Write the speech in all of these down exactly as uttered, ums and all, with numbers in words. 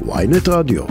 וויינט רדיו.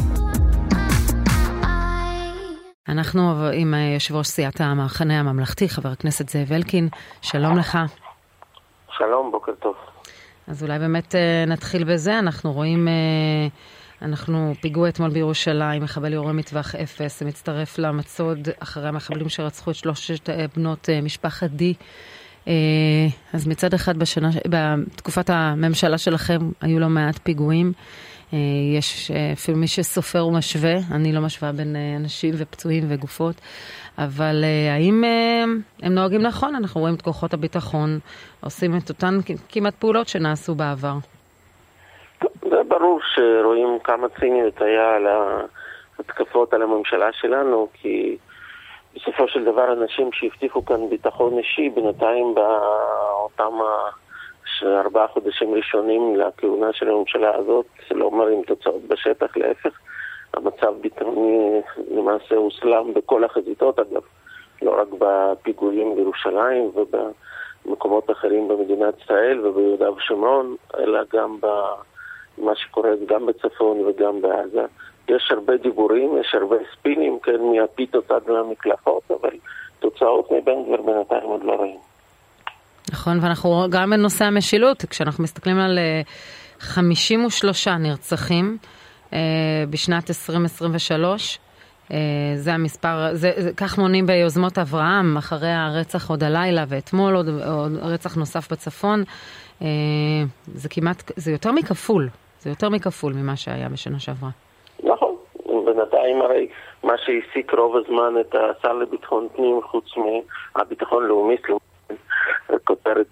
אנחנו עם יושב ראש סיעת המחנה הממלכתי, חבר הכנסת זאב אלקין. שלום לך. שלום, בוקר טוב. אז אולי באמת נתחיל בזה. אנחנו רואים, אנחנו פיגוע אתמול בירושלים, מחבל יורה מטווח אפס, זה מצטרף למצוד אחרי המחבלים שרצחו את שלושת בנות משפחת די. אז מצד אחד בשנה, בתקופת הממשלה שלכם היו לא מעט פיגועים. יש אפילו מי שסופר ומשווה, אני לא משווה בין אנשים ופצועים וגופות, אבל האם הם נוהגים נכון? אנחנו רואים את כוחות הביטחון, עושים את אותן כמעט פעולות שנעשו בעבר. זה ברור שרואים כמה ציניות היה על ההתקפות על הממשלה שלנו, כי בסופו של דבר אנשים שהבטיחו כאן ביטחון אישי, בינתיים באותם ארבעה חודשים ראשונים לכהונה של הממשלה הזאת, לא אומרים תוצאות בשטח, להפך, המצב ביטחוני למעשה הוסלם בכל החזיתות, אגב, לא רק בפיגועים בירושלים ובמקומות אחרים במדינת ישראל וביהודה ושומרון, אלא גם במה שקורה גם בצפון וגם בעזה. יש הרבה דיבורים, יש הרבה ספינים, כן, מהפיתות עד למקלחות, אבל תוצאות מבן גביר בינתיים עוד לא רואים. נכון, ואנחנו גם בנושא המשילות, כשאנחנו מסתכלים על חמישים ושלושה נרצחים בשנת עשרים עשרים ושלוש, זה המספר, זה, זה, כך מונים ביוזמות אברהם, אחרי הרצח עוד הלילה, ואתמול עוד, עוד רצח נוסף בצפון, זה כמעט, זה יותר מכפול, זה יותר מכפול ממה שהיה בשנה שעברה. נכון, בינתיים הרי מה שהעסיק רוב הזמן את השר לביטחון פנים, חוץ מהביטחון לאומי, כותרת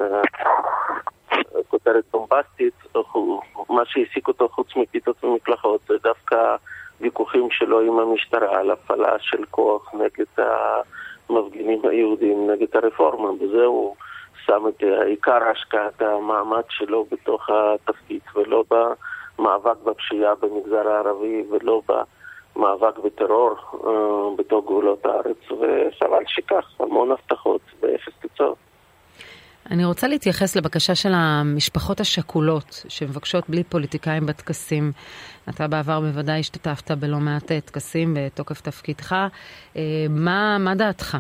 כותרת בומבסטית, מה שהעסיק אותו חוץ מפיתות ומקלחות זה דווקא ויכוחים שלו עם המשטרה על הפעלה של כוח נגד המפגינים היהודים, נגד הרפורמה. בזה הוא שם את עיקר השקעת המאמץ שלו בתוך התפקיד, ולא במאבק בפשיעה במגזר הערבי, ולא במאבק בטרור בתוך גבולות הארץ, וחבל שכך, המון הבטחות באפס תוצאות. אני רוצה להתייחס לבקשה של המשפחות השכולות שמבקשות בלי פוליטיקאים בטקסים. אתה בעבר בוודאי השתתפת בלא מעט טקסים בתוקף תפקידך. מה, מה דעתך?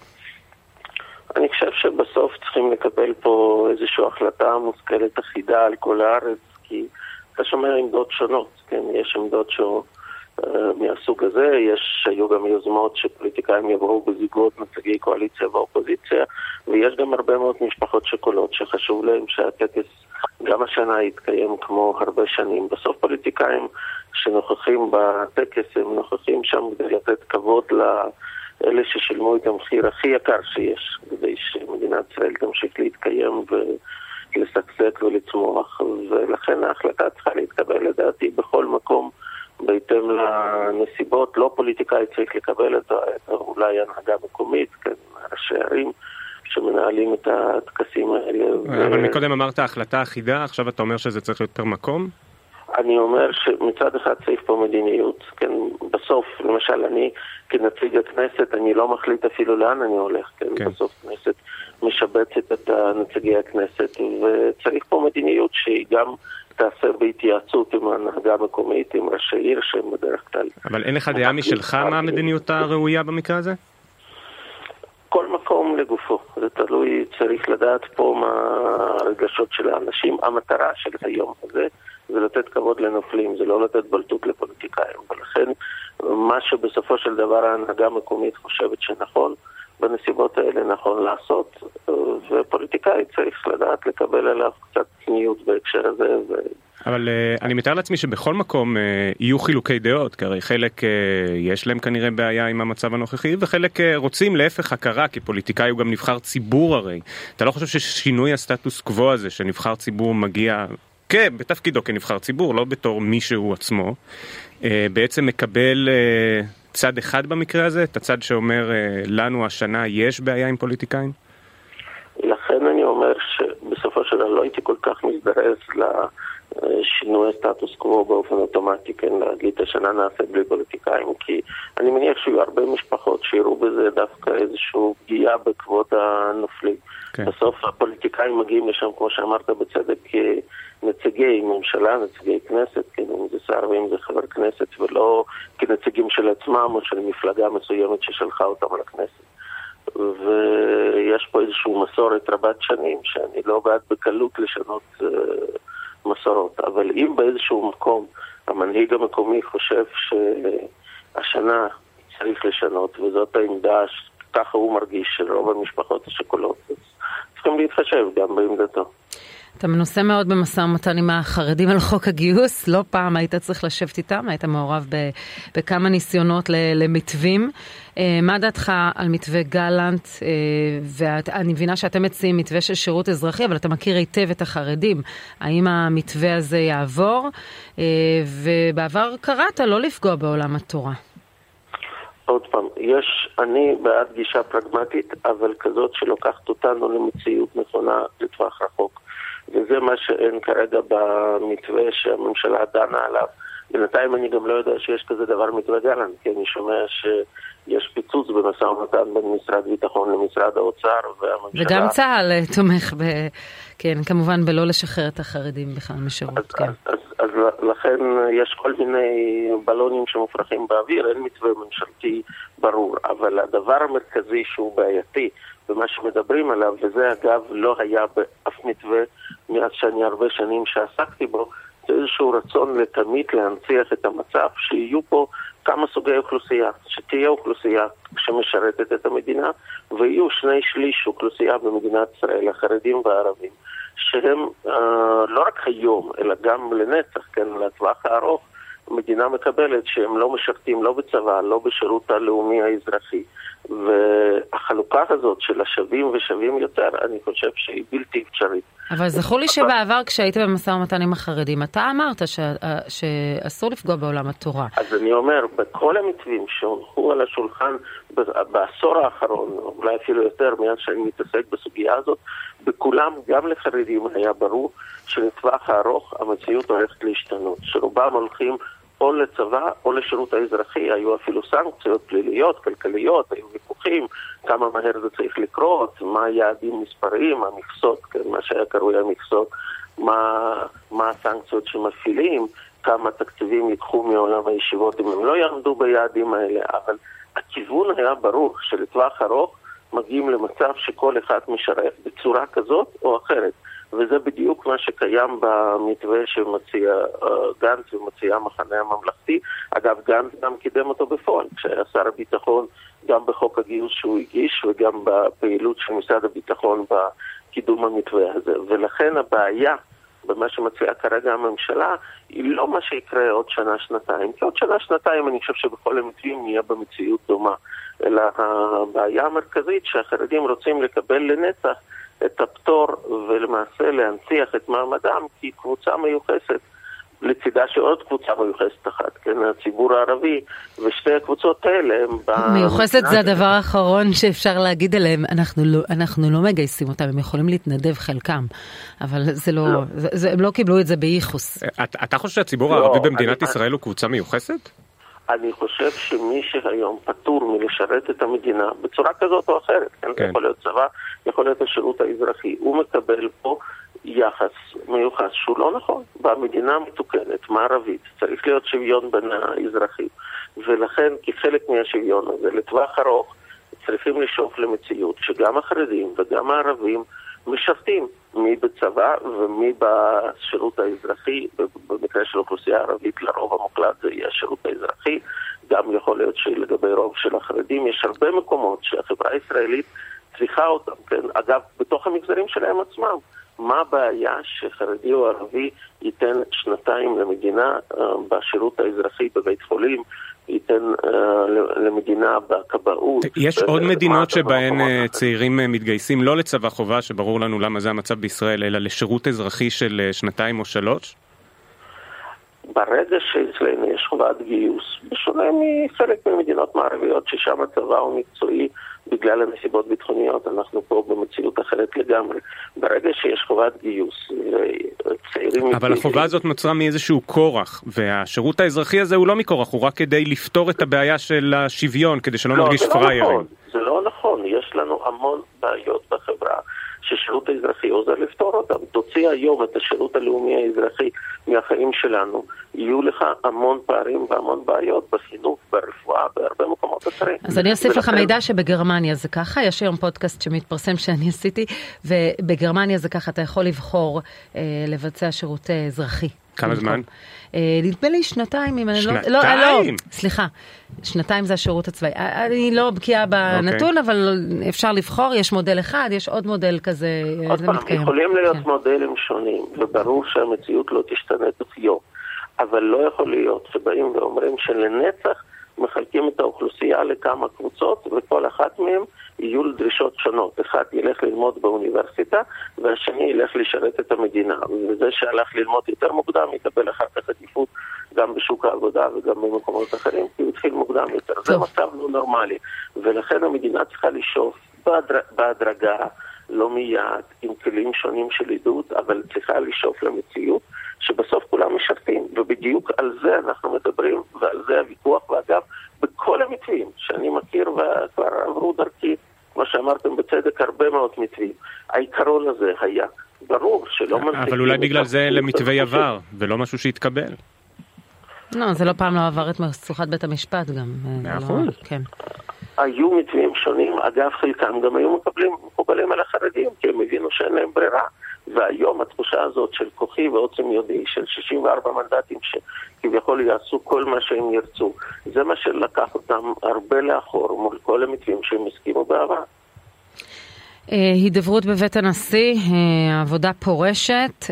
אני חושב שבסוף צריכים לקבל פה איזושהי החלטה מושכלת אחידה על כל הארץ, כי אתה שומע עמדות שונות, כן? יש עמדות שונות. מהסוג הזה, יש, היו גם יוזמות שפוליטיקאים יבואו בזיגות נציגי קואליציה ואופוזיציה, ויש גם הרבה מאוד משפחות שכולות שחשוב להם שהטקס גם השנה יתקיים כמו הרבה שנים. בסוף פוליטיקאים שנוכחים בטקס הם נוכחים שם כדי לתת כבוד לאלה ששילמו את המחיר הכי יקר שיש, כדי שמדינת ישראל תמשיך להתקיים ולשגשג ולצמוח, ולכן ההחלטה צריכה להתקבל לדעתי בכל מקום בהתאם לנסיבות. לא פוליטיקאי צריך לקבל את זה, אולי הנהגה מקומית, כן, ראשי ערים שמנהלים את הטקסים האלה. אבל מקודם אמרת החלטה אחידה, עכשיו אתה אומר שזה צריך יותר מקום? אני אומר שמצד אחד צריך פה מדיניות, כן, בסוף, למשל אני כנציג הכנסת, אני לא מחליט אפילו לאן אני הולך, כן, כן. בסוף כנסת משבצת את נציגי הכנסת, וצריך פה מדיניות שהיא גם תעשה בהתייעצות עם ההנהגה המקומית, עם ראשי עיר שהם בדרך כלל. אבל אין לך דעה משלך מה המדיניות הראויה במקרה הזה? כל מקום לגופו. זה תלוי, צריך לדעת פה מה הרגשות של האנשים. המטרה של היום הזה זה לתת כבוד לנופלים, זה לא לתת בלטות לפוליטיקאים. ולכן מה שבסופו של דבר ההנהגה המקומית חושבת שנכון, בנסיבות האלה נכון לעשות, ופוליטיקאי צריך לדעת לקבל עליו קצת צניעות בהקשר הזה. ו... אבל uh, אני מתאר לעצמי שבכל מקום uh, יהיו חילוקי דעות, כי הרי חלק uh, יש להם כנראה בעיה עם המצב הנוכחי, וחלק uh, רוצים להפך הכרה, כי פוליטיקאי הוא גם נבחר ציבור הרי. אתה לא חושב ששינוי הסטטוס קוו הזה, שנבחר ציבור מגיע, כן, בתפקידו כנבחר ציבור, לא בתור מישהו עצמו, uh, בעצם מקבל... Uh, צד אחד במקרה הזה, את הצד שאומר לנו השנה יש בעיה עם פוליטיקאים? לכן אני אומר שבסופו של דבר לא הייתי כל כך מזדרז לשינוי הסטטוס קוו באופן אוטומטי, כן, להגיד השנה נעשה בלי פוליטיקאים, כי אני מניח שיהיו הרבה משפחות שיראו בזה דווקא איזשהו פגיעה בכבוד הנופלים. כן. בסוף הפוליטיקאים מגיעים לשם, כמו שאמרת בצדק, נציגי ממשלה, נציגי כנסת, כן, זה שר ואם זה חבר כנסת, ולא כנציגים של עצמם או של מפלגה מסוימת ששלחה אותם על הכנסת. ויש פה איזושהי מסורת רבת שנים שאני לא בעד בקלות לשנות uh, מסורות, אבל אם באיזשהו מקום המנהיג המקומי חושב שהשנה צריך לשנות, וזאת העמדה, ככה הוא מרגיש של רוב המשפחות השכולות, אז צריכים להתחשב גם בעמדתו. אתה מנוסה מאוד במשא ומתן עם החרדים על חוק הגיוס, לא פעם היית צריך לשבת איתם, היית מעורב בכמה ניסיונות למתווים. מה דעתך על מתווה גלנט? ואני מבינה שאתם מציעים מתווה של שירות אזרחי, אבל אתה מכיר היטב את החרדים. האם המתווה הזה יעבור? ובעבר קראת לא לפגוע בעולם התורה. עוד פעם, יש, אני בעד גישה פרגמטית, אבל כזאת שלוקחת אותנו למציאות נכונה לטווח רחוק. וזה מה שאין כרגע במתווה שהממשלה דנה עליו. בינתיים אני גם לא יודע שיש כזה דבר מתווה גלנט, כי אני שומע שיש פיצוץ במשא ומתן בין משרד ביטחון למשרד האוצר והממשלה. וגם צה"ל תומך ב... כן, כמובן בלא לשחרר את החרדים בכלל משירות. אז, כן. אז, אז, אז לכן יש כל מיני בלונים שמופרחים באוויר, אין מתווה ממשלתי ברור, אבל הדבר המרכזי שהוא בעייתי במה שמדברים עליו, וזה אגב לא היה באף מתווה מאז שאני הרבה שנים שעסקתי בו, זה איזשהו רצון לתמיד להנציח את המצב, שיהיו פה כמה סוגי אוכלוסייה, שתהיה אוכלוסייה שמשרתת את המדינה, ויהיו שני שליש אוכלוסייה במדינת ישראל, החרדים והערבים, שהם אה, לא רק היום, אלא גם לנצח, כן, לטווח הארוך, המדינה מקבלת שהם לא משרתים לא בצבא, לא בשירות הלאומי האזרחי. והחלוקה הזאת של השווים ושווים יותר, אני חושב שהיא בלתי אפשרית. אבל זכור לי שבעבר כשהיית במשא ומתן עם החרדים, אתה אמרת ש... שאסור לפגוע בעולם התורה. אז אני אומר, בכל המתווים שהונחו על השולחן בעשור האחרון, אולי אפילו יותר מאז שאני מתעסק בסוגיה הזאת, בכולם, גם לחרדים היה ברור שלטווח הארוך המציאות הולכת להשתנות, שרובם הולכים או לצבא או לשירות האזרחי, היו אפילו סנקציות פליליות, כלכליות, היו ויכוחים, כמה מהר זה צריך לקרות, מה היעדים מספריים, המכסות, כן, מה שהיה קרוי המכסות, מה, מה הסנקציות שמפעילים, כמה תקציבים ייקחו מעולם הישיבות אם הם לא יעמדו ביעדים האלה, אבל הכיוון היה ברור שלטווח ארוך מגיעים למצב שכל אחד משרת בצורה כזאת או אחרת. וזה בדיוק מה שקיים במתווה שמציע uh, גנץ ומציע המחנה הממלכתי. אגב, גנץ גם קידם אותו בפועל, כשהיה שר הביטחון, גם בחוק הגיוס שהוא הגיש, וגם בפעילות של משרד הביטחון בקידום המתווה הזה. ולכן הבעיה במה שמציעה כרגע הממשלה, היא לא מה שיקרה עוד שנה, שנתיים. כי עוד שנה, שנתיים אני חושב שבכל המתווים נהיה במציאות דומה. אלא הבעיה המרכזית שהחרדים רוצים לקבל לנצח, את הפטור ולמעשה להנציח את מעמדם כי קבוצה מיוחסת לצידה שעוד קבוצה מיוחסת אחת, כן, הציבור הערבי, ושתי הקבוצות האלה הם... מיוחסת זה הדבר האחרון שאפשר להגיד עליהם, אנחנו לא, אנחנו לא מגייסים אותם, הם יכולים להתנדב חלקם, אבל זה לא, לא. זה, זה, הם לא קיבלו את זה בייחוס. אתה, אתה חושב שהציבור לא, הערבי במדינת אני, ישראל הוא קבוצה מיוחסת? אני חושב שמי שהיום פטור מלשרת את המדינה בצורה כזאת או אחרת, כן, כן. יכול להיות צבא, יכול להיות השירות האזרחי, הוא מקבל פה יחס מיוחס שהוא לא נכון. במדינה מתוקנת, מערבית, צריך להיות שוויון בין האזרחים, ולכן כחלק מהשוויון הזה, לטווח ארוך, צריכים לשאוף למציאות שגם החרדים וגם הערבים משרתים, מי בצבא ומי בשירות האזרחי. במקרה של אוכלוסייה ערבית לרוב המוחלט זה יהיה השירות האזרחי, גם יכול להיות שלגבי רוב של החרדים יש הרבה מקומות שהחברה הישראלית צריכה אותם, כן? אגב, בתוך המגזרים שלהם עצמם, מה הבעיה שחרדי או ערבי ייתן שנתיים למדינה uh, בשירות האזרחי בבית חולים, ייתן uh, למדינה בכבאות. יש עוד מדינות שבהן צעירים מתגייסים לא לצבא חובה, שברור לנו למה זה המצב בישראל, אלא לשירות אזרחי של שנתיים או שלוש? ברגע שאצלנו יש חובת גיוס, בשונה מחלק ממדינות מערביות ששם הצבא הוא מקצועי בגלל הנסיבות ביטחוניות, אנחנו פה במציאות אחרת לגמרי. ברגע שיש חובת גיוס, צעירים... אבל החובה הזאת נוצרה מאיזשהו כורח, והשירות האזרחי הזה הוא לא מכורח, הוא רק כדי לפתור את הבעיה של השוויון, כדי שלא נרגיש פריירים. זה לא נכון, יש לנו המון בעיות בחברה. ששירות האזרחי עוזר לפתור אותם. תוציא היום את השירות הלאומי האזרחי מהחיים שלנו, יהיו לך המון פערים והמון בעיות בחינוך, ברפואה, בהרבה מקומות אחרים. אז אני אוסיף לך מידע שבגרמניה זה ככה, יש היום פודקאסט שמתפרסם שאני עשיתי, ובגרמניה זה ככה, אתה יכול לבחור אה, לבצע שירות אה, אזרחי. כמה זמן? נדמה לי שנתיים, אם אני לא... שנתיים? לא, לא, סליחה, שנתיים זה השירות הצבאי. אני לא בקיאה בנתון, אבל אפשר לבחור, יש מודל אחד, יש עוד מודל כזה, זה מתקיים. יכולים להיות מודלים שונים, וברור שהמציאות לא תשתנה תוך יום, אבל לא יכול להיות שבאים ואומרים שלנצח מחלקים את האוכלוסייה לכמה קבוצות, וכל אחת מהם יהיו דרישות שונות. אחד ילך ללמוד באוניברסיטה, והשני ילך לשרת את המדינה. וזה שהלך ללמוד יותר מוקדם, יקבל אחר כך עדיפות גם בשוק העבודה וגם במקומות אחרים, כי הוא התחיל מוקדם יותר. טוב. זה מצב לא נורמלי. ולכן המדינה צריכה לשאוף בהדר... בהדרגה, לא מיד, עם כלים שונים של עידוד, אבל צריכה לשאוף למציאות, שבסוף כולם משרתים. ובדיוק על זה אנחנו מדברים, ועל זה הוויכוח, ואגב, בכל המתווים שאני מכיר וכבר עברו דרכי, כמו שאמרתם בצדק, הרבה מאוד מתווים. העיקרון הזה היה ברור שלא מנציחים... אבל אולי בגלל זה למתווה עבר, ולא משהו שהתקבל. לא, זה לא פעם לא עבר את משוכת בית המשפט גם. נכון. כן. היו מתווים שונים, אגב חלקם גם היו מקבלים, מקובלים על החרדים, כי הם הבינו שאין להם ברירה. והיום התחושה הזאת של כוחי ועוצם יודעי, של שישים וארבעה מנדטים שכביכול יעשו כל מה שהם ירצו, זה מה שלקח אותם הרבה לאחור מול כל המתווים שהם הסכימו בעבר. הידברות בבית הנשיא, עבודה פורשת,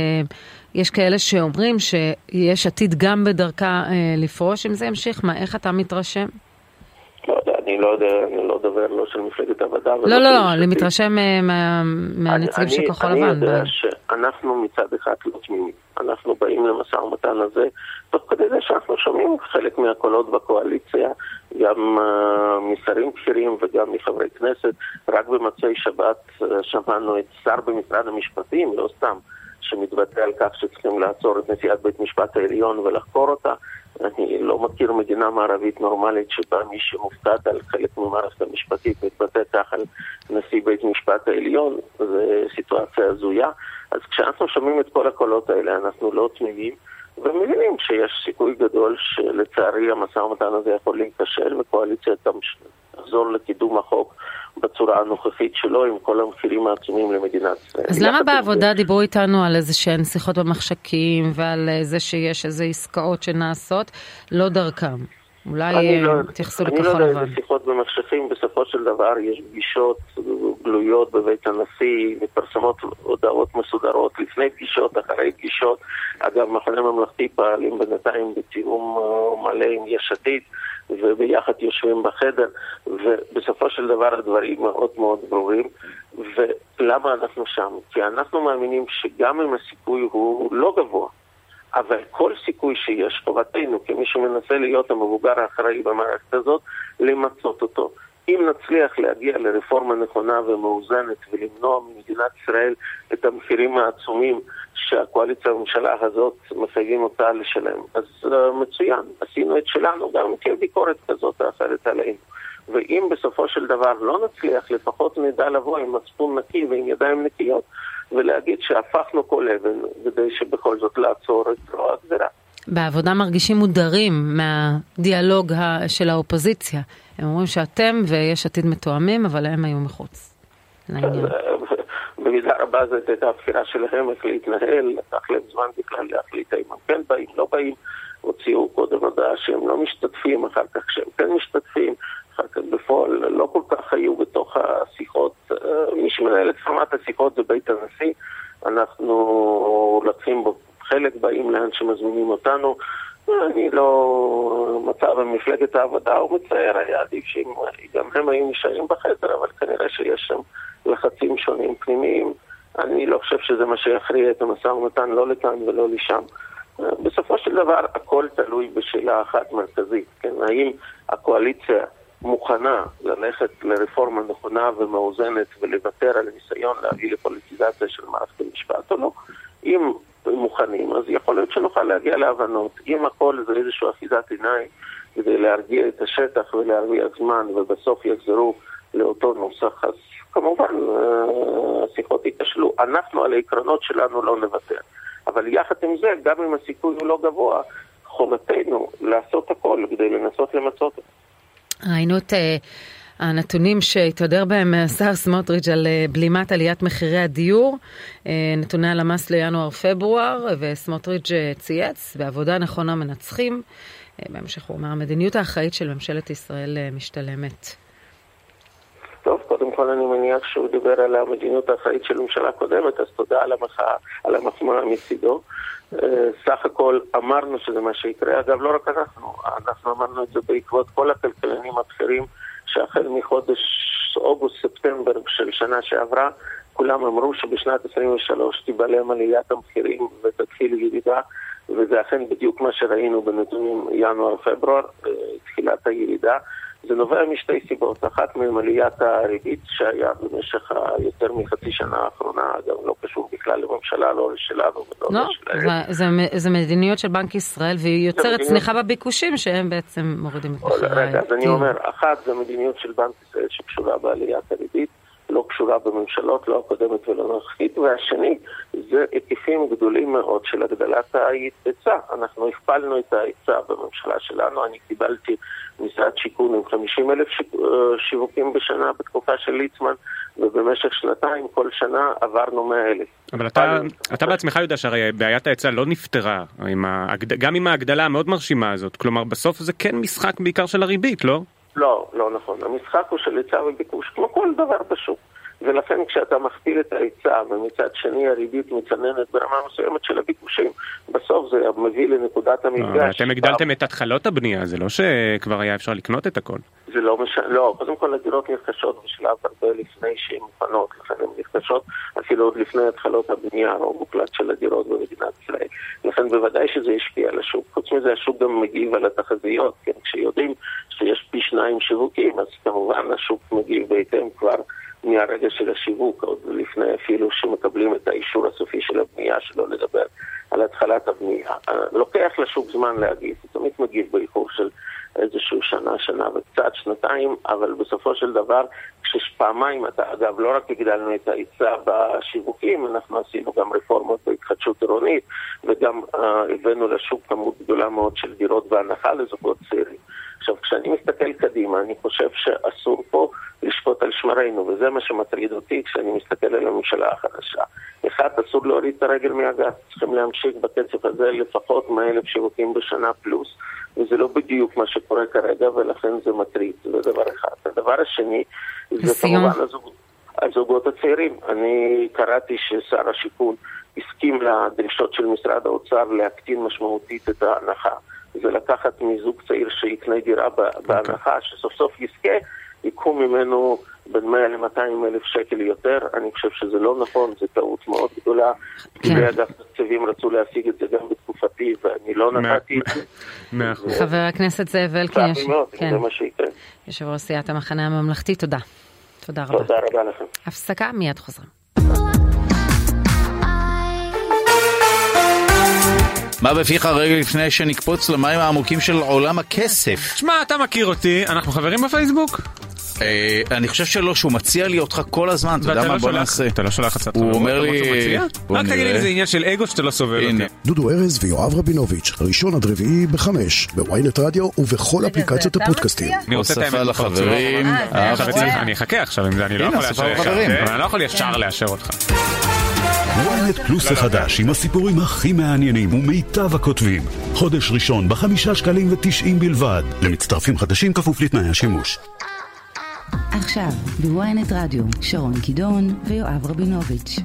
יש כאלה שאומרים שיש עתיד גם בדרכה לפרוש, אם זה ימשיך, מה, איך אתה מתרשם? לא יודע, אני לא יודע, אני לא דובר לא של מפלגת העבודה. לא, לא, אני מתרשם מהנציגים של כחול לבן. אני יודע שאנחנו מצד אחד לא תמימים. אנחנו באים למשא ומתן הזה, תוך כדי זה שאנחנו שומעים חלק מהקולות בקואליציה, גם משרים בכירים וגם מחברי כנסת. רק במצוי שבת שמענו את שר במשרד המשפטים, לא סתם, שמתבטא על כך שצריכים לעצור את נשיאת בית משפט העליון ולחקור אותה. אני לא מכיר מדינה מערבית נורמלית שבה מי שמופקד על חלק ממערכת המשפטית מתבטא כך על נשיא בית משפט העליון. זו סיטואציה הזויה. אז כשאנחנו שומעים את כל הקולות האלה אנחנו לא תמימים ומבינים שיש סיכוי גדול שלצערי המשא ומתן הזה יכול להיכשל וקואליציה תחזור לקידום החוק בצורה הנוכחית שלו עם כל המחירים העצומים למדינת ישראל. אז למה בעבודה דיברו איתנו על איזה שהן שיחות במחשכים ועל זה שיש איזה עסקאות שנעשות, לא דרכם? אולי תייחסו לכחול לבן. אני לא יודע איזה שיחות במחשכים, בסופו של דבר יש פגישות גלויות בבית הנשיא, מפרסמות הודעות מסודרות לפני פגישות, אחרי פגישות. אגב, מחנה ממלכתי פעלים בינתיים בתיאום מלא עם יש עתיד, וביחד יושבים בחדר, ובסופו של דבר הדברים מאוד מאוד ברורים. ולמה אנחנו שם? כי אנחנו מאמינים שגם אם הסיכוי הוא לא גבוה, אבל כל סיכוי שיש, חובתנו כמי שמנסה להיות המבוגר האחראי במערכת הזאת, למצות אותו. אם נצליח להגיע לרפורמה נכונה ומאוזנת ולמנוע ממדינת ישראל את המחירים העצומים שהקואליציה והממשלה הזאת מחייבים אותה לשלם, אז uh, מצוין, עשינו את שלנו גם כביקורת כזאת או אחרת עלינו. ואם בסופו של דבר לא נצליח, לפחות נדע לבוא עם מצפון נקי ועם ידיים נקיות ולהגיד שהפכנו כל אבן כדי שבכל זאת לעצור את רוע הגזירה. בעבודה מרגישים מודרים מהדיאלוג של האופוזיציה. הם אומרים שאתם ויש עתיד מתואמים, אבל הם היו מחוץ לעניין. במידה רבה זאת הייתה הבחירה שלהם איך להתנהל, לקח להם זמן בכלל להחליט האם הם כן באים, לא באים. הוציאו קודם הודעה שהם לא משתתפים, אחר כך שהם כן משתתפים, אחר כך בפועל לא כל כך היו בתוך השיחות. מי שמנהל את פורמט השיחות זה בית הנשיא, אנחנו לקחים בו חלק, באים לאן שמזמינים אותנו. אני לא מצב במפלגת העבודה, הוא מצייר, היה עדיף שגם הם היו נשארים בחדר, אבל כנראה שיש שם לחצים שונים פנימיים. אני לא חושב שזה מה שיכריע את המשא ומתן, לא לכאן ולא לשם. בסופו של דבר הכל תלוי בשאלה אחת מרכזית, כן? האם הקואליציה מוכנה ללכת לרפורמה נכונה ומאוזנת ולוותר על ניסיון להביא לפוליטיזציה של מערכת המשפט או לא? אם מוכנים, אז יכול להיות שנוכל להגיע להבנות. אם הכל זה איזושהי אחיזת עיניים כדי להרגיע את השטח ולהרגיע זמן ובסוף יחזרו לאותו נוסח, אז כמובן השיחות ייכשלו. אנחנו על העקרונות שלנו לא נוותר. אבל יחד עם זה, גם אם הסיכוי הוא לא גבוה, חובתנו לעשות הכל כדי לנסות למצות. ראינו את הנתונים שהתהדר בהם השר סמוטריץ' על בלימת עליית מחירי הדיור, נתוני הלמ"ס לינואר-פברואר, וסמוטריץ' צייץ, בעבודה נכונה מנצחים. בהמשך הוא אומר, המדיניות האחראית של ממשלת ישראל משתלמת. טוב, קודם כל אני מניח שהוא דיבר על המדיניות האחראית של ממשלה קודמת, אז תודה על המחאה, על המחמאה מצידו. סך הכל אמרנו שזה מה שיקרה, אגב לא רק אנחנו, אנחנו אמרנו את זה בעקבות כל הכלכלנים הבכירים, שהחל מחודש אוגוסט-ספטמבר של שנה שעברה, כולם אמרו שבשנת עשרים ושלוש תיבלם עליית המחירים ותתחיל ירידה, וזה אכן בדיוק מה שראינו בנתונים ינואר-פברואר, תחילת הירידה. זה נובע משתי סיבות, אחת מהן עליית הריבית שהיה במשך יותר מחצי שנה האחרונה, אגב לא קשור בכלל לממשלה, לא לשלנו ולא לא, לשלהם. זה, זה, זה מדיניות של בנק ישראל, והיא יוצרת צניחה בביקושים שהם בעצם מורידים את מחירי. רגע, אז אני אומר, אחת זה מדיניות של בנק ישראל שקשורה בעליית הריבית, לא קשורה בממשלות, לא הקודמת ולא הנוכחית, והשני זה היקפים גדולים מאוד של הגדלת ההיצע. אנחנו הכפלנו את ההיצע בממשלה שלנו, אני קיבלתי משרד שיכון עם חמישים אלף שיווקים בשנה בתקופה של ליצמן, ובמשך שנתיים כל שנה עברנו מאה אלף. אבל אתה, אתה בעצמך יודע שהרי בעיית ההיצע לא נפתרה, עם ההגד... גם עם ההגדלה המאוד מרשימה הזאת, כלומר בסוף זה כן משחק בעיקר של הריבית, לא? לא, לא נכון. המשחק הוא של היצע וביקוש, כמו כל דבר בשוק. ולכן כשאתה מכפיל את ההיצע ומצד שני הריבית מצננת ברמה מסוימת של הביקושים, בסוף זה מביא לנקודת המפגש. אבל אתם הגדלתם את התחלות הבנייה, זה לא שכבר היה אפשר לקנות את הכל. זה לא משנה, לא, קודם כל הדירות נרכשות בשלב הרבה לפני שהן מוכנות, לכן הן נרכשות אפילו עוד לפני התחלות הבנייה, או מוקלט של הדירות במדינת ישראל. לכן בוודאי שזה ישפיע על השוק. חוץ מזה השוק גם מגיב על התחזיות, כן? כשיודעים שיש פי שניים שיווקים, אז כמובן השוק מגיב בהתאם כבר מהרגע של השיווק, עוד לפני אפילו שמקבלים את האישור הסופי של הבנייה, שלא לדבר על התחלת הבנייה. לוקח לשוק זמן להגיב, הוא תמיד מגיב באיחור של איזשהו שנה, שנה וקצת, שנתיים, אבל בסופו של דבר, כשפעמיים, אתה, אגב, לא רק הגדלנו את ההיצע בשיווקים, אנחנו עשינו גם רפורמות בהתחדשות עירונית, וגם uh, הבאנו לשוק כמות גדולה מאוד של דירות בהנחה לזוגות צעירים. עכשיו, כשאני מסתכל קדימה, אני חושב שאסור פה לשפוט על שמרינו, וזה מה שמטריד אותי כשאני מסתכל על הממשלה החדשה. אחד, אסור להוריד את הרגל מהגז, צריכים להמשיך בקצב הזה לפחות מאה אלף שיווקים בשנה פלוס, וזה לא בדיוק מה שקורה כרגע, ולכן זה מטריד, זה דבר אחד. הדבר השני, זה כמובן הזוג, הזוגות הצעירים. אני קראתי ששר השיכון הסכים לדרישות של משרד האוצר להקטין משמעותית את ההנחה. זה לקחת מזוג צעיר שיקנה דירה בהנחה, שסוף סוף יזכה, ייקחו ממנו בין מאה למאתיים אלף שקל יותר. אני חושב שזה לא נכון, זה טעות מאוד גדולה. כי אגב תקציבים רצו להשיג את זה גם בתקופתי, ואני לא נתתי את זה. חבר הכנסת זאב אלקין, זה מה שיקרה. יושב ראש סיעת המחנה הממלכתי, תודה. תודה רבה. תודה רבה לכם. הפסקה, מיד חוזרים. מה בפיך רגע לפני שנקפוץ למים העמוקים של עולם הכסף? שמע, אתה מכיר אותי, אנחנו חברים בפייסבוק? אני חושב שלא, שהוא מציע לי אותך כל הזמן, אתה יודע מה, בוא נעשה. אתה לא שולח הצעת הוא אומר לי... רק תגיד לי, זה עניין של אגו שאתה לא סובל אותי. דודו ארז ויואב רבינוביץ', ראשון עד רביעי בחמש, בוויינט רדיו ובכל אפליקציות הפודקאסטים. אני רוצה את האמת לחברים. אני אחכה עכשיו עם זה, אני לא יכול ישר לאשר אותך. וויינט פלוס החדש עם הסיפורים הכי מעניינים ומיטב הכותבים. חודש ראשון בחמישה שקלים ותשעים בלבד. למצטרפים חדשים כפוף לתנאי השימוש. עכשיו בוויינט רדיו שרון קידון ויואב רבינוביץ'.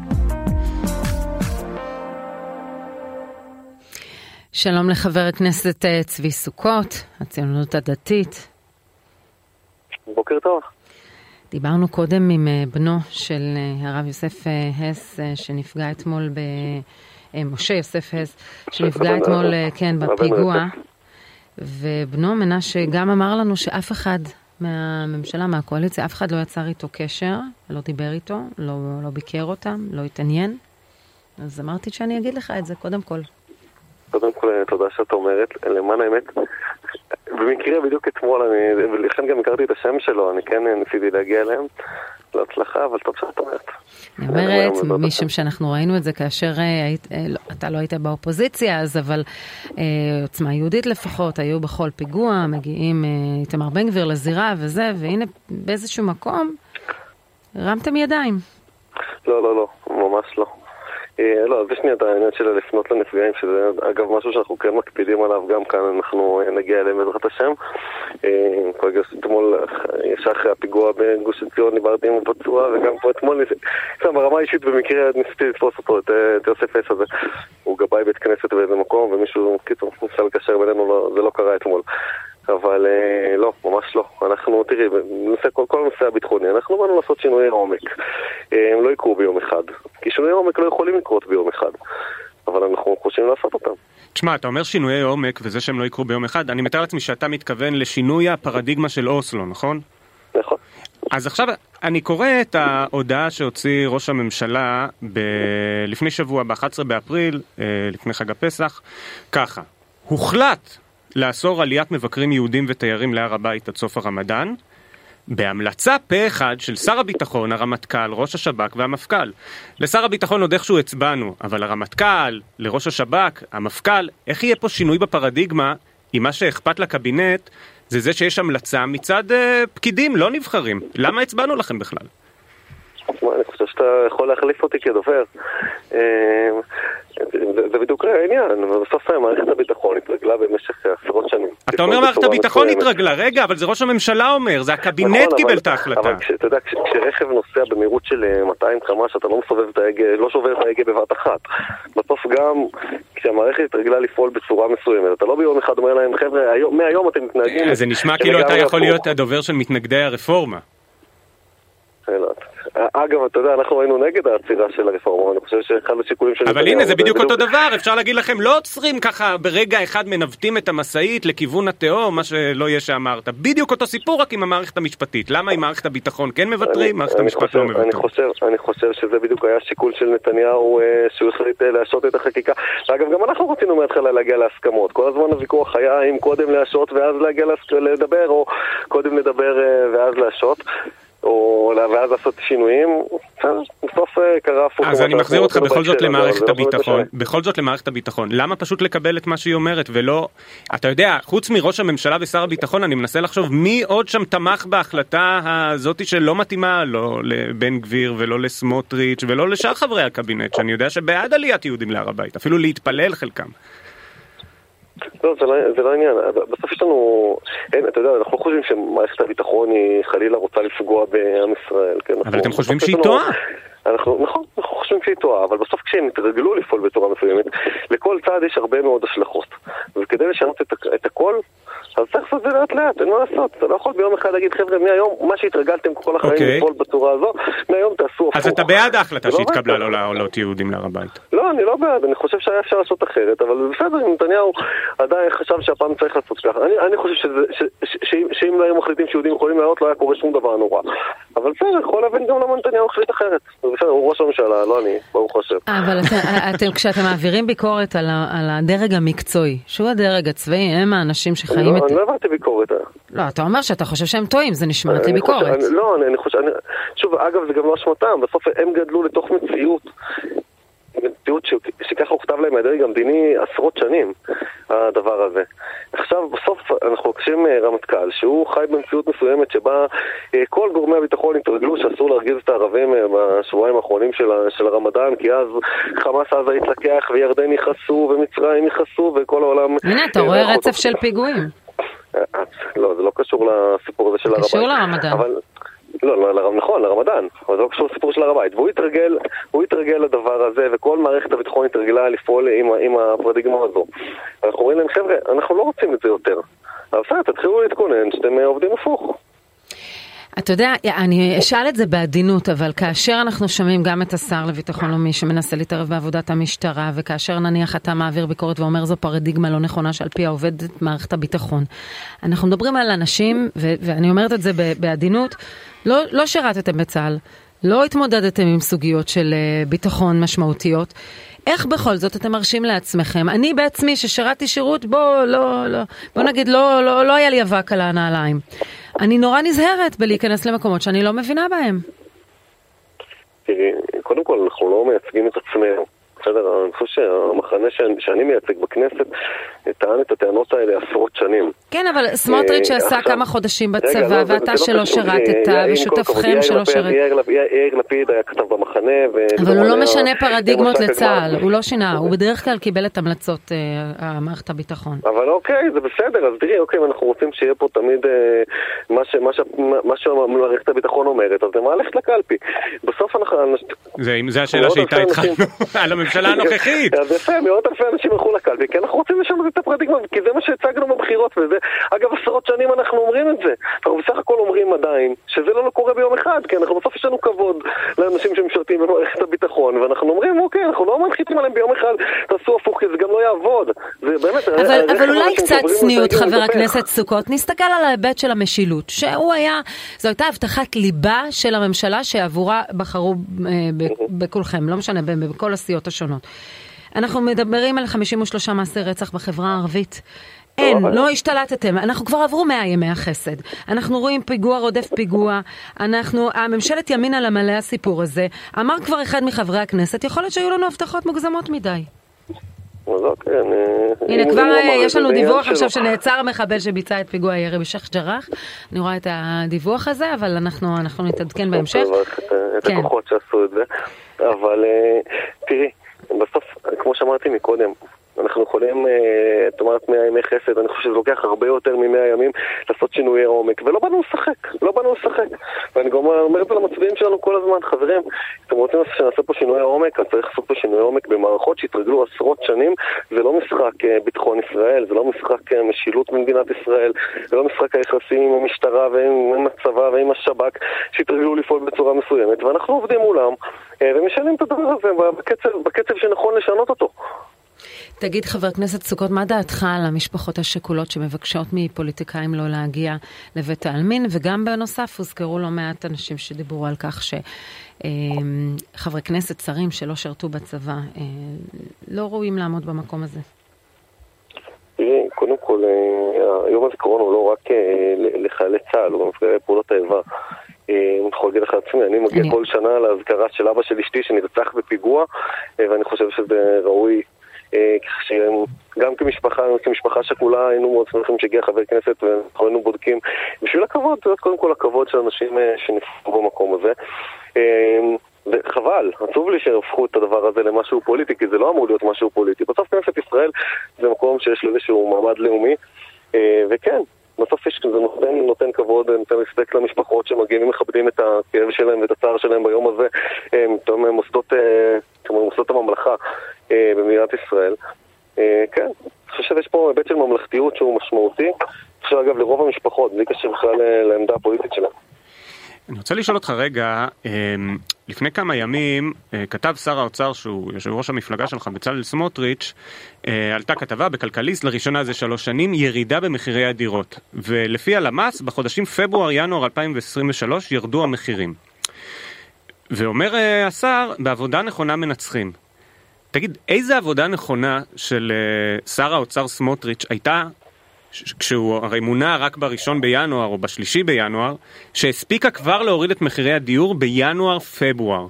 שלום לחבר הכנסת צבי סוכות, הציונות הדתית. בוקר טוב. דיברנו קודם עם בנו של הרב יוסף הס שנפגע אתמול ב... משה יוסף הס שנפגע אתמול, כן, בפיגוע, ובנו מנשה גם אמר לנו שאף אחד מהממשלה, מהקואליציה, אף אחד לא יצר איתו קשר, לא דיבר איתו, לא, לא ביקר אותם, לא התעניין. אז אמרתי שאני אגיד לך את זה קודם כל. קודם כל, תודה שאת אומרת, למען האמת, במקרה בדיוק אתמול, אני, ולכן גם הכרתי את השם שלו, אני כן ניסיתי להגיע אליהם, להצלחה, אבל טוב שאת אומרת. אני אומרת, משום שאנחנו ראינו את זה כאשר אתה לא היית באופוזיציה, אז אבל עוצמה יהודית לפחות, היו בכל פיגוע, מגיעים איתמר בן גביר לזירה וזה, והנה באיזשהו מקום הרמתם ידיים. לא, לא, לא, ממש לא. לא, זה שנייה את העניין שלה לפנות לנפגעים, שזה אגב משהו שאנחנו כן מקפידים עליו, גם כאן אנחנו נגיע אליהם בעזרת השם. אתמול, ישר אחרי הפיגוע בגוש עציון, דיברתי עם הפצוע, וגם פה אתמול, ברמה אישית במקרה ניסיתי לתפוס אותו, את יוסף אס הזה. הוא גבאי בית כנסת באיזה מקום, ומישהו קיצור ניסה לקשר בינינו, זה לא קרה אתמול. אבל לא, ממש לא. אנחנו, תראי, כל, כל הנושא הביטחוני, אנחנו באנו לעשות שינויי עומק. הם לא יקרו ביום אחד. כי שינויי עומק לא יכולים לקרות ביום אחד. אבל אנחנו חושבים לעשות אותם. תשמע, אתה אומר שינויי עומק, וזה שהם לא יקרו ביום אחד, אני מתאר לעצמי שאתה מתכוון לשינוי הפרדיגמה של אוסלו, נכון? נכון. אז עכשיו, אני קורא את ההודעה שהוציא ראש הממשלה ב... לפני שבוע, ב-אחד עשר באפריל, לפני חג הפסח, ככה. הוחלט לאסור עליית מבקרים יהודים ותיירים להר הבית עד סוף הרמדאן, בהמלצה פה אחד של שר הביטחון, הרמטכ"ל, ראש השב"כ והמפכ"ל. לשר הביטחון עוד איכשהו הצבענו, אבל הרמטכ"ל, לראש השב"כ, המפכ"ל, איך יהיה פה שינוי בפרדיגמה, אם מה שאכפת לקבינט זה זה שיש המלצה מצד אה, פקידים לא נבחרים? למה הצבענו לכם בכלל? אני חושב שאתה יכול להחליף אותי כדובר. זה בדיוק העניין, בסוף מערכת הביטחון התרגלה במשך עשרות שנים. אתה אומר מערכת הביטחון התרגלה, רגע, אבל זה ראש הממשלה אומר, זה הקבינט קיבל את ההחלטה. אבל אתה יודע, כשרכב נוסע במהירות של מאתיים קמ"ש, אתה לא מסובב את ההגה, לא שובר את ההגה בבת אחת. בסוף גם כשהמערכת התרגלה לפעול בצורה מסוימת, אתה לא ביום אחד אומר להם, חבר'ה, מהיום אתם מתנהגים. זה נשמע כאילו אתה יכול להיות הדובר של מתנגדי הרפורמה. אגב, אתה יודע, אנחנו היינו נגד העצירה של הרפורמה, אני חושב שאחד השיקולים של... אבל הנה, זה בדיוק אותו דבר, אפשר להגיד לכם, לא עוצרים ככה ברגע אחד מנווטים את המסעית לכיוון התהום, מה שלא יהיה שאמרת. בדיוק אותו סיפור רק עם המערכת המשפטית. למה עם מערכת הביטחון כן מבטרים, מערכת המשפט לא מבטרים? אני חושב שזה בדיוק היה שיקול של נתניהו, שהוא החליט להשעות את החקיקה. ואגב, גם אנחנו רצינו מההתחלה להגיע להסכמות. כל הזמן הוויכוח היה אם קודם להשעות ואז להגיע לדבר, או קודם לדבר ואז להשעות. או ואז לעשות שינויים, בסוף קרה הפוך. אז אני מחזיר אותך בכל זאת למערכת הביטחון, בכל זאת למערכת הביטחון. למה פשוט לקבל את מה שהיא אומרת ולא, אתה יודע, חוץ מראש הממשלה ושר הביטחון, אני מנסה לחשוב מי עוד שם תמך בהחלטה הזאת שלא מתאימה, לא לבן גביר ולא לסמוטריץ' ולא לשאר חברי הקבינט, שאני יודע שבעד עליית יהודים להר הבית, אפילו להתפלל חלקם. לא, זה לא, זה לא עניין. בסוף יש לנו, אין, אתה יודע, אנחנו חושבים שמערכת הביטחון היא חלילה רוצה לפגוע בעם ישראל. כן? אבל אנחנו, אתם חושבים שהיא טועה? אנחנו, נכון, אנחנו חושבים שהיא טועה, אבל בסוף כשהם התרגלו לפעול בצורה מסוימת, לכל צעד יש הרבה מאוד השלכות. וכדי לשנות את, את הכל, אז צריך לעשות את זה לאט לאט, אין מה לעשות. אתה לא יכול ביום אחד להגיד, חבר'ה, מהיום, מה שהתרגלתם כל החיים okay. לפעול בצורה הזו, מהיום תעשו הפוך. אז אתה בעד ההחלטה שהתקבלה לא לעלות יהודים להר הבית? לא, אני לא בעד, אני חושב שהיה אפשר לעשות אחרת, אבל בסדר, אם נתניהו עדיין חשב שהפעם צריך לעשות ככה. אני, אני חושב שזה, ש, ש, ש, שאם לא היו מחליטים שיהודים יכולים לעלות, לא היה קורה שום דבר נורא. אבל בסדר, יכול להבין גם למה נתניהו החליט אחרת. בסדר, הוא ראש הממשלה, לא אני, ברוך השם. אבל אתם, כשאתם מעבירים ביקורת על הדרג המקצועי, שהוא הדרג הצבאי, הם האנשים שחיים את... אני לא הבנתי ביקורת. לא, אתה אומר שאתה חושב שהם טועים, זה נשמע לי ביקורת. לא, אני חושב... שוב, אגב, זה גם לא אשמתם, בסוף הם גדלו לתוך מציאות. מציאות שככה הוכתב להם מהדרג המדיני עשרות שנים, הדבר הזה. עכשיו, בסוף אנחנו קשים רמטכ"ל, שהוא חי במציאות מסוימת שבה כל גורמי הביטחון התרגלו שאסור להרגיז את הערבים בשבועיים האחרונים של, של הרמדאן, כי אז חמאס עזה התלקח וירדן יכעסו ומצרים יכעסו וכל העולם... הנה, אתה רואה רצף של פיגועים. לא, זה לא קשור לסיפור הזה של הרמדאן. קשור לרמדאן. אבל... לא, לא, נכון, לרמדאן, אבל זה לא קשור לסיפור של הר הבית. והוא התרגל, הוא התרגל לדבר הזה, וכל מערכת הביטחון התרגלה לפעול עם, עם הפרדיגמה הזו. אנחנו רואים להם, חבר'ה, אנחנו לא רוצים את זה יותר. אבל בסדר, תתחילו להתכונן שאתם עובדים הפוך. אתה יודע, אני אשאל את זה בעדינות, אבל כאשר אנחנו שומעים גם את השר לביטחון לאומי שמנסה להתערב בעבודת המשטרה, וכאשר נניח אתה מעביר ביקורת ואומר זו פרדיגמה לא נכונה שעל פי העובדת מערכת הביטחון, אנחנו מדברים על אנשים, ו- ואני אומרת את זה בעדינות, לא, לא שירתתם בצה"ל, לא התמודדתם עם סוגיות של ביטחון משמעותיות, איך בכל זאת אתם מרשים לעצמכם? אני בעצמי ששירתי שירות, בוא, לא, לא, בוא נגיד, לא, לא, לא היה לי אבק על הנעליים. אני נורא נזהרת בלהיכנס למקומות שאני לא מבינה בהם. תראי, קודם כל אנחנו לא מייצגים את עצמנו. בסדר, אני חושב שהמחנה שאני, שאני מייצג בכנסת טען את הטענות האלה עשרות שנים. כן, אבל סמוטריץ' שעשה כמה חודשים בצבא, ואתה שלא שירתת, ושותפכם שלא שירת. יאיר לפיד היה כתב במחנה. אבל הוא לא משנה פרדיגמות לצה"ל, הוא לא שינה, הוא בדרך כלל קיבל את המלצות מערכת הביטחון. אבל אוקיי, זה בסדר, אז תראי, אוקיי, אנחנו רוצים שיהיה פה תמיד מה שמערכת הביטחון אומרת, אז למה ללכת לקלפי? בסוף אנחנו... זה השאלה שאיתה התחלנו על הממשלה הנוכחית. אז יפה, מאות אלפי אנשים הלכו לקלפי, כי אנחנו רוצים לשנות את הפרדיגמה, כי זה מה שהצגנו בבחירות, וזה, אגב, עשרות שנים אנחנו אומרים את זה. אנחנו בסך הכל אומרים עדיין, שזה לא קורה ביום אחד, כי אנחנו בסוף יש לנו כבוד לאנשים שמשרתים במערכת הביטחון, ואנחנו אומרים, אוקיי, אנחנו לא מנחיתים עליהם ביום אחד, תעשו הפוך, כי זה גם לא יעבוד. זה באמת... אבל אולי קצת צניעות, חבר הכנסת סוכות, נסתכל על ההיבט של המשילות, שהוא היה, זו הייתה הבטחת ליבה של הממשלה שעבורה בחרו בכולכם, לא משנה, בכל הסיעות השונות. אנחנו מדברים על חמישים ושלושה מעשי רצח בחברה הערבית. אין, לא השתלטתם. אנחנו כבר עברו מאה ימי החסד. אנחנו רואים פיגוע רודף פיגוע. אנחנו, הממשלת ימין על המלא הסיפור הזה. אמר כבר אחד מחברי הכנסת, יכול להיות שהיו לנו הבטחות מוגזמות מדי. הנה, כבר יש לנו דיווח עכשיו שנעצר המחבל שביצע את פיגוע הירי בשייח' ג'ראח. אני רואה את הדיווח הזה, אבל אנחנו נתעדכן בהמשך. את הכוחות שעשו את זה. אבל תראי, בסוף, כמו שאמרתי מקודם, אנחנו יכולים, את אומרת מאה ימי חסד, אני חושב שזה לוקח הרבה יותר ממאה ימים לעשות שינויי עומק, ולא באנו לשחק, לא באנו לשחק. ואני גם אומר את זה למצביעים שלנו כל הזמן, חברים, אתם רוצים שנעשה פה שינויי עומק, אז צריך לעשות פה שינויי עומק במערכות שהתרגלו עשרות שנים, זה לא משחק ביטחון ישראל, זה לא משחק משילות במדינת ישראל, זה לא משחק היחסים עם המשטרה ועם הצבא ועם השב"כ, שהתרגלו לפעול בצורה מסוימת, ואנחנו עובדים מולם, ומשנים את הדבר הזה בקצב, בקצב שנכון לשנות אותו. תגיד, חבר הכנסת סוכות, מה דעתך על המשפחות השכולות שמבקשות מפוליטיקאים לא להגיע לבית העלמין, וגם בנוסף הוזכרו לא מעט אנשים שדיברו על כך שחברי כנסת, שרים שלא שרתו בצבא, לא ראויים לעמוד במקום הזה? קודם כל, יום הזיכרון הוא לא רק לחיילי צה"ל, הוא גם נפגעי פעולות האיבה. אני יכול להגיד לך עצמי, אני מגיע כל שנה להזכרה של אבא של אשתי שנרצח בפיגוע, ואני חושב שזה ראוי, גם כמשפחה, כמשפחה שכולה היינו מאוד שמחים שהגיע חבר כנסת ואנחנו היינו בודקים בשביל הכבוד, זה קודם כל הכבוד של אנשים שנפגעו במקום הזה. וחבל, עצוב לי שהפכו את הדבר הזה למשהו פוליטי, כי זה לא אמור להיות משהו פוליטי. בסוף כנסת ישראל זה מקום שיש לו איזשהו מעמד לאומי, וכן, בסוף יש, זה נותן, נותן כבוד, נותן רספקט למשפחות שמגיעים ומכבדים את הכאב שלהם ואת הצער שלהם ביום הזה, הם מוסדות, מוסדות הממלכה במדינת ישראל. כן, אני חושב שיש פה היבט של ממלכתיות שהוא משמעותי, אני חושב אגב לרוב המשפחות, בלי קשר בכלל לעמדה הפוליטית שלהם. אני רוצה לשאול אותך רגע, לפני כמה ימים כתב שר האוצר שהוא יושב ראש המפלגה שלך בצלאל סמוטריץ', עלתה כתבה בכלכליסט לראשונה זה שלוש שנים ירידה במחירי הדירות, ולפי הלמ"ס בחודשים פברואר-ינואר אלפיים עשרים ושלוש ירדו המחירים. ואומר השר, בעבודה נכונה מנצחים. תגיד, איזה עבודה נכונה של שר האוצר סמוטריץ' הייתה כשהוא הרי מונה רק בראשון בינואר או בשלישי בינואר, שהספיקה כבר להוריד את מחירי הדיור בינואר-פברואר?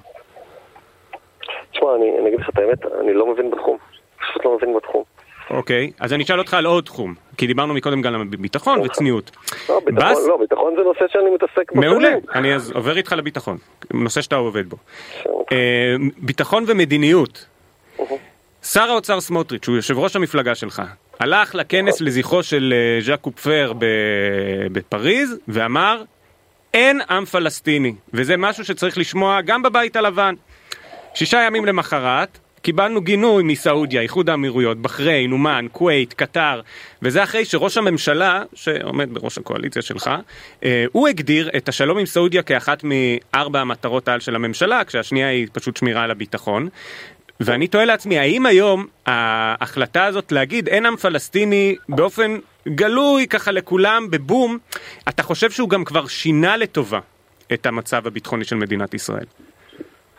תשמע, אני, אני אגיד לך את האמת, אני לא מבין בתחום. פשוט לא מבין בתחום. אוקיי, אז אני אשאל אותך על עוד תחום, כי דיברנו מקודם גם על ביטחון וצניעות. לא, ביטחון, בס... לא, ביטחון זה נושא שאני מתעסק בו. מעולה, אני אז עובר איתך לביטחון, נושא שאתה עובד בו. אה, ביטחון ומדיניות. שר האוצר סמוטריץ', שהוא יושב ראש המפלגה שלך, הלך לכנס לזכרו של ז'אק קופפר בפריז, ואמר, אין עם פלסטיני, וזה משהו שצריך לשמוע גם בבית הלבן. שישה ימים למחרת, קיבלנו גינוי מסעודיה, איחוד האמירויות, בחריין, אומן, כווית, קטר, וזה אחרי שראש הממשלה, שעומד בראש הקואליציה שלך, הוא הגדיר את השלום עם סעודיה כאחת מארבע המטרות העל של הממשלה, כשהשנייה היא פשוט שמירה על הביטחון. ואני תוהה לעצמי, האם היום ההחלטה הזאת להגיד אין עם פלסטיני באופן גלוי ככה לכולם בבום, אתה חושב שהוא גם כבר שינה לטובה את המצב הביטחוני של מדינת ישראל?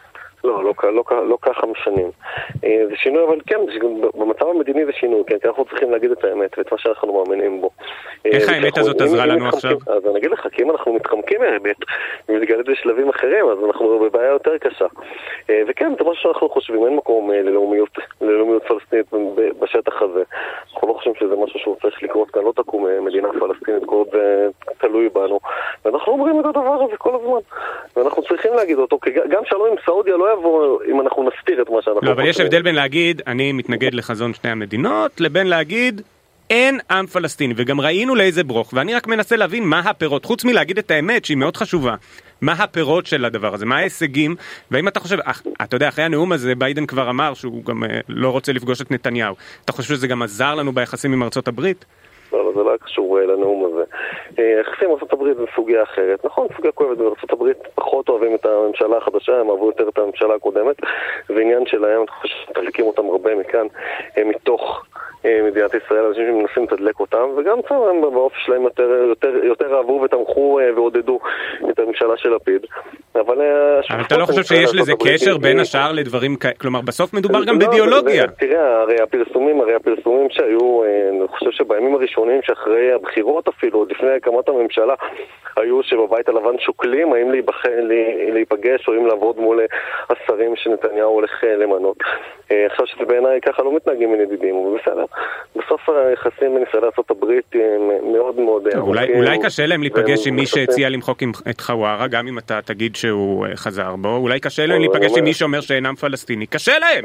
לא, לא, לא, לא ככה משנים. זה שינוי, אבל כן, במצב המדיני זה שינוי, כן, כי אנחנו צריכים להגיד את האמת ואת מה שאנחנו מאמינים בו. איך האמת הזאת עזרה לנו עכשיו? אז אני אגיד לך, כי אם אנחנו מתחמקים מהאמת, אם נתגלת בשלבים אחרים, אז אנחנו בבעיה יותר קשה. וכן, זה משהו שאנחנו חושבים, אין מקום ללאומיות, ללאומיות פלסטינית בשטח הזה. אנחנו לא חושבים שזה משהו שהוא צריך לקרות כאן, לא תקום מדינה פלסטינית, כל עוד זה תלוי בנו. ואנחנו אומרים את הדבר הזה כל הזמן. ואנחנו צריכים להגיד אותו, כי גם שלום עם סעודיה לא יבוא אם אנחנו נסתיר את מה שאנחנו... לא, אבל יש הבדל בין להגיד, אני מתנגד לחזון שתי המדינות, לבין להגיד, אין עם פלסטיני, וגם ראינו לאיזה ברוך, ואני רק מנסה להבין מה הפירות, חוץ מלהגיד את האמת שהיא מאוד חשובה, מה הפירות של הדבר הזה, מה ההישגים, ואם אתה חושב, אתה יודע, אחרי הנאום הזה, ביידן כבר אמר שהוא גם לא רוצה לפגוש את נתניהו, אתה חושב שזה גם עזר לנו ביחסים עם ארצות הברית? לא, זה לא קשור לנאום הזה. יחסים עם ארצות הברית זה סוגיה אחרת. נכון, סוגיה כואבת, בארצות הברית פחות אוהבים את הממשלה החדשה, הם אהבו יותר את הממשלה הקודמת, ועניין שלהם, אני חושב שתחלקים אותם הרבה מכאן, מתוך מדינת ישראל, אנשים שמנסים לתדלק אותם, וגם הם באופן שלהם יותר, יותר, יותר אהבו ותמכו ועודדו את הממשלה של לפיד. אבל אתה לא חושב שיש לזה קשר בין השאר לדברים כאלה? כלומר, בסוף מדובר גם בביולוגיה. תראה, הרי הפרסומים, הרי הפרסומים שהיו, אני חושב שבימים הראשונים שאחרי הבחירות אפילו, עוד לפני הקמת הממשלה, היו שבבית הלבן שוקלים האם להיפגש או אם לעבוד מול השרים שנתניהו הולך למנות. עכשיו שזה בעיניי ככה לא מתנהגים מנדידים, אבל בסדר. בסוף היחסים בין ישראל לארצות הברית מאוד מאוד... אולי קשה להם להיפגש עם מי שהציע למחוק את חווארה, גם אם אתה תגיד שהוא חזר בו, אולי קשה להם להיפגש עם מי שאומר שאינם פלסטיני, קשה להם!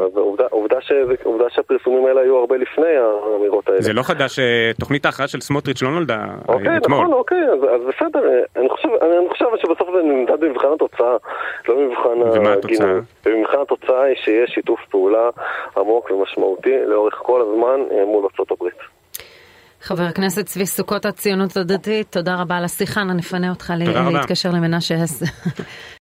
עובדה שהפרסומים האלה היו הרבה לפני האמירות האלה. זה לא חדש, תוכנית ההכרעה של סמוטריץ' לא נולדה אתמול. נכון, אוקיי, אז בסדר. אני חושב שבסוף זה נמדד במבחן התוצאה, לא במבחן הגינוי. במבחן התוצאה היא שיש שיתוף פעולה עמוק ומשמעותי לאורך כל הזמן מול ארצות הברית. חבר הכנסת צבי סוכות, הציונות הדתית, תודה רבה על השיחה, נפנה אותך להתקשר למנשה הס.